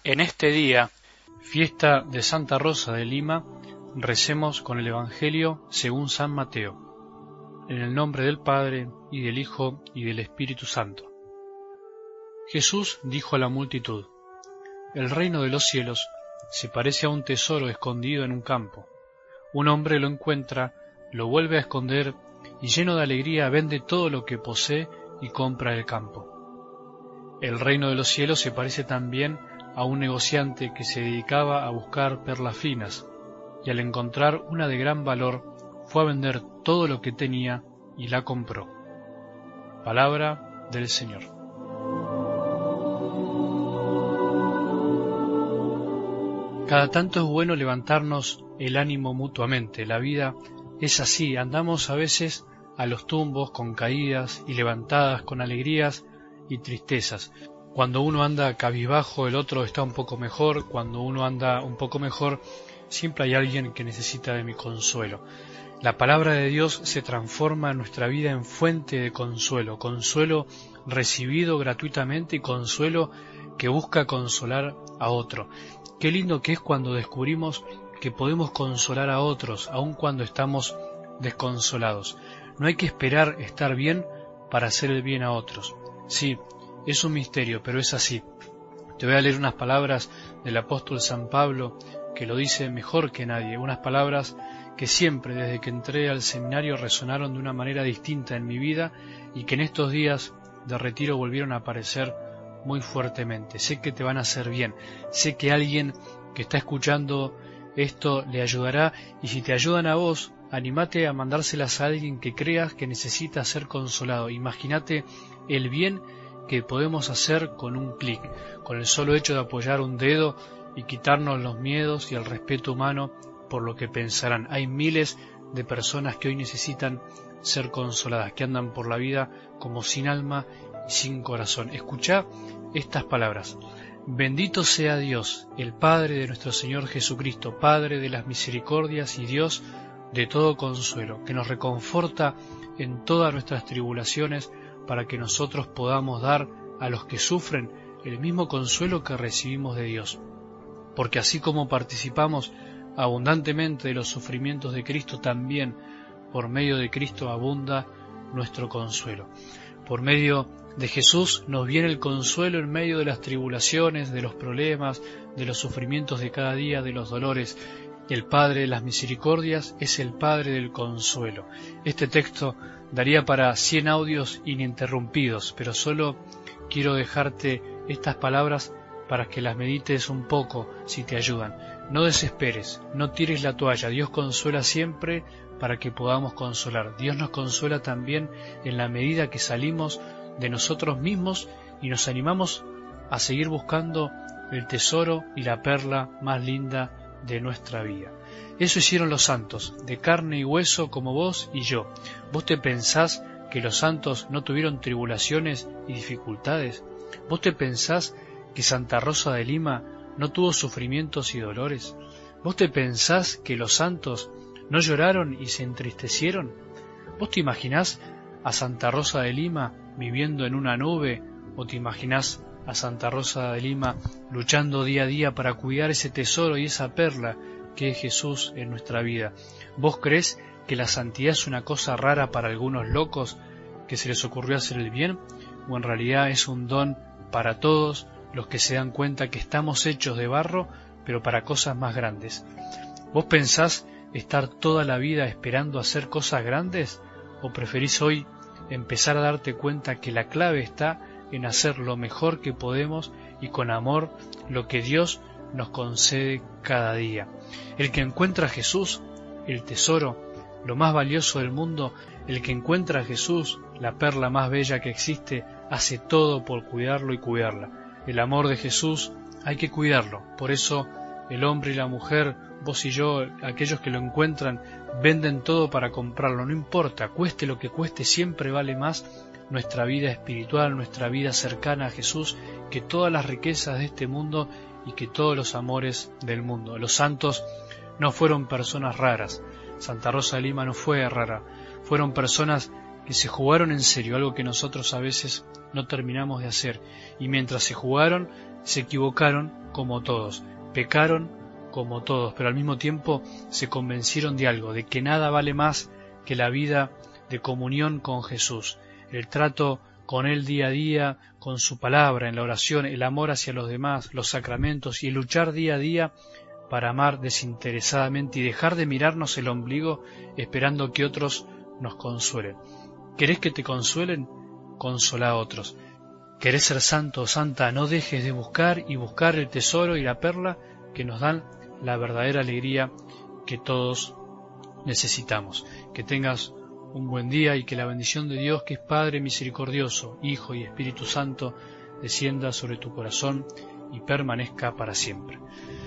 En este día, fiesta de Santa Rosa de Lima, recemos con el Evangelio según San Mateo. En el nombre del Padre, y del Hijo, y del Espíritu Santo. Jesús dijo a la multitud: El reino de los cielos se parece a un tesoro escondido en un campo. Un hombre lo encuentra, lo vuelve a esconder, y lleno de alegría vende todo lo que posee y compra el campo. El reino de los cielos se parece también a un negociante que se dedicaba a buscar perlas finas, y al encontrar una de gran valor, fue a vender todo lo que tenía y la compró. Palabra del Señor. Cada tanto es bueno levantarnos el ánimo mutuamente. La vida es así, andamos a veces a los tumbos, con caídas y levantadas, con alegrías y tristezas. Cuando uno anda cabizbajo, el otro está un poco mejor. Cuando uno anda un poco mejor, siempre hay alguien que necesita de mi consuelo. La palabra de Dios se transforma en nuestra vida en fuente de consuelo, consuelo recibido gratuitamente y consuelo que busca consolar a otro. Qué lindo que es cuando descubrimos que podemos consolar a otros, aun cuando estamos desconsolados. No hay que esperar estar bien para hacer el bien a otros. Sí, es un misterio, pero es así. Te voy a leer unas palabras del apóstol San Pablo, que lo dice mejor que nadie, unas palabras que siempre, desde que entré al seminario, resonaron de una manera distinta en mi vida y que en estos días de retiro volvieron a aparecer muy fuertemente. Sé que te van a hacer bien, sé que alguien que está escuchando esto le ayudará, y si te ayudan a vos, anímate a mandárselas a alguien que creas que necesita ser consolado. Imagínate el bien que podemos hacer con un clic, con el solo hecho de apoyar un dedo y quitarnos los miedos y el respeto humano por lo que pensarán. Hay miles de personas que hoy necesitan ser consoladas, que andan por la vida como sin alma y sin corazón. Escuchá estas palabras: Bendito sea Dios, el Padre de nuestro Señor Jesucristo, Padre de las misericordias y Dios de todo consuelo, que nos reconforta en todas nuestras tribulaciones, para que nosotros podamos dar a los que sufren el mismo consuelo que recibimos de Dios. Porque así como participamos abundantemente de los sufrimientos de Cristo, también por medio de Cristo abunda nuestro consuelo. Por medio de Jesús nos viene el consuelo en medio de las tribulaciones, de los problemas, de los sufrimientos de cada día, de los dolores. El Padre de las misericordias es el Padre del consuelo. Este texto daría para 100 audios ininterrumpidos, pero solo quiero dejarte estas palabras para que las medites un poco, si te ayudan. No desesperes, no tires la toalla. Dios consuela siempre para que podamos consolar. Dios nos consuela también en la medida que salimos de nosotros mismos y nos animamos a seguir buscando el tesoro y la perla más linda de nuestra vida. Eso hicieron los santos, de carne y hueso como vos y yo. ¿Vos te pensás que los santos no tuvieron tribulaciones y dificultades? ¿Vos te pensás que Santa Rosa de Lima no tuvo sufrimientos y dolores? ¿Vos te pensás que los santos no lloraron y se entristecieron? ¿Vos te imaginás a Santa Rosa de Lima viviendo en una nube? ¿O te imaginás a Santa Rosa de Lima luchando día a día para cuidar ese tesoro y esa perla que es Jesús en nuestra vida? ¿Vos creés que la santidad es una cosa rara para algunos locos que se les ocurrió hacer el bien? ¿O en realidad es un don para todos los que se dan cuenta que estamos hechos de barro, pero para cosas más grandes? ¿Vos pensás estar toda la vida esperando hacer cosas grandes? ¿O preferís hoy empezar a darte cuenta que la clave está en hacer lo mejor que podemos y con amor lo que Dios nos concede cada día? El que encuentra a Jesús, el tesoro, lo más valioso del mundo, el que encuentra a Jesús, la perla más bella que existe, hace todo por cuidarlo y cuidarla. El amor de Jesús hay que cuidarlo. Por eso el hombre y la mujer, vos y yo, aquellos que lo encuentran, venden todo para comprarlo. No importa, cueste lo que cueste, siempre vale más nuestra vida espiritual, nuestra vida cercana a Jesús, que todas las riquezas de este mundo y que todos los amores del mundo. Los santos no fueron personas raras. Santa Rosa de Lima no fue rara. Fueron personas que se jugaron en serio, algo que nosotros a veces no terminamos de hacer, y mientras se jugaron, se equivocaron como todos, pecaron como todos, pero al mismo tiempo se convencieron de algo, de que nada vale más que la vida de comunión con Jesús, el trato con Él día a día, con su palabra, en la oración, el amor hacia los demás, los sacramentos y el luchar día a día para amar desinteresadamente y dejar de mirarnos el ombligo esperando que otros nos consuelen. ¿Querés que te consuelen? Consolá a otros. ¿Querés ser santo o santa? No dejes de buscar y buscar el tesoro y la perla que nos dan la verdadera alegría que todos necesitamos. Que tengas un buen día y que la bendición de Dios, que es Padre misericordioso, Hijo y Espíritu Santo, descienda sobre tu corazón y permanezca para siempre.